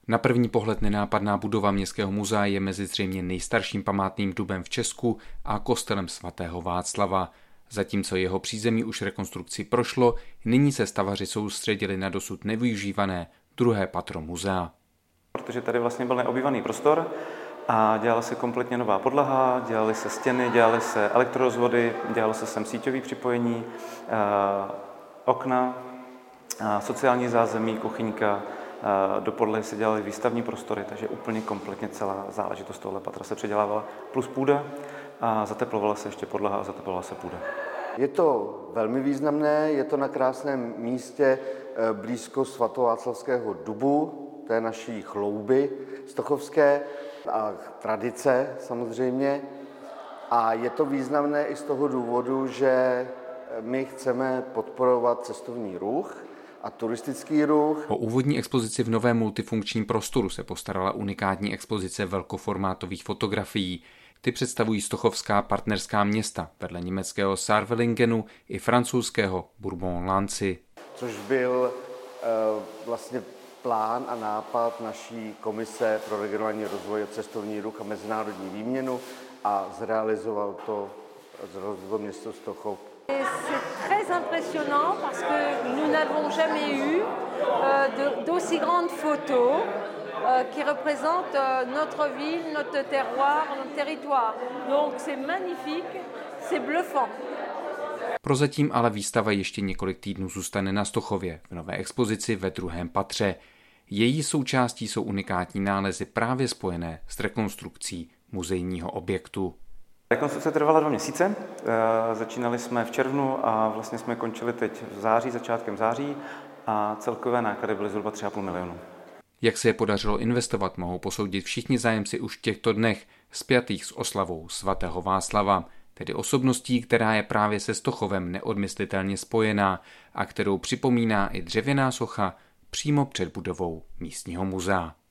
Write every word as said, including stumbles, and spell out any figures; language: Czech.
Na první pohled nenápadná budova Městského muzea je mezi zřejmě nejstarším památným dubem v Česku a kostelem svatého Václava. Zatímco jeho přízemí už rekonstrukci prošlo, nyní se stavaři soustředili na dosud nevyužívané druhé patro muzea. Protože tady vlastně byl neobývaný prostor a dělala se kompletně nová podlaha, dělaly se stěny, dělaly se elektrorozvody, dělalo se sem síťové připojení, okna, sociální zázemí, kuchyňka, do podlahy se dělaly výstavní prostory, takže úplně kompletně celá záležitost tohle patra se předělávala, plus půda a zateplovala se ještě podlaha a zateplovala se půda. Je to velmi významné, je to na krásném místě blízko svatováclavského dubu, té naší chlouby stochovské a tradice samozřejmě. A je to významné i z toho důvodu, že my chceme podporovat cestovní ruch a turistický ruch. O úvodní expozici v novém multifunkčním prostoru se postarala unikátní expozice velkoformátových fotografií. Ty představují stochovská partnerská města vedle německého Saarbrückenu i francouzského Bourbon-Lancy. Což byl uh, vlastně plán a nápad naší komise pro regionální rozvoj, cestovní ruch a mezinárodní výměnu a zrealizoval to rozvoj město Stochov. C'est très impressionnant parce que nous n'avons jamais eu d'aussi grandes photos qui représentent notre ville, notre terroir, notre territoire. Donc c'est magnifique, c'est bluffant. Prozatím ale výstava ještě několik týdnů zůstane na Stochově v nové expozici ve druhém patře. Její součástí jsou unikátní nálezy právě spojené s rekonstrukcí muzejního objektu. Rekonstrukce trvala dva měsíce, začínali jsme v červnu a vlastně jsme končili teď v září, začátkem září a celkové náklady byly zhruba tři a půl milionu. Jak se je podařilo investovat, mohou posoudit všichni zájemci už v těchto dnech spjatých s oslavou svatého Václava, tedy osobností, která je právě se Stochovem neodmyslitelně spojená a kterou připomíná i dřevěná socha přímo před budovou místního muzea.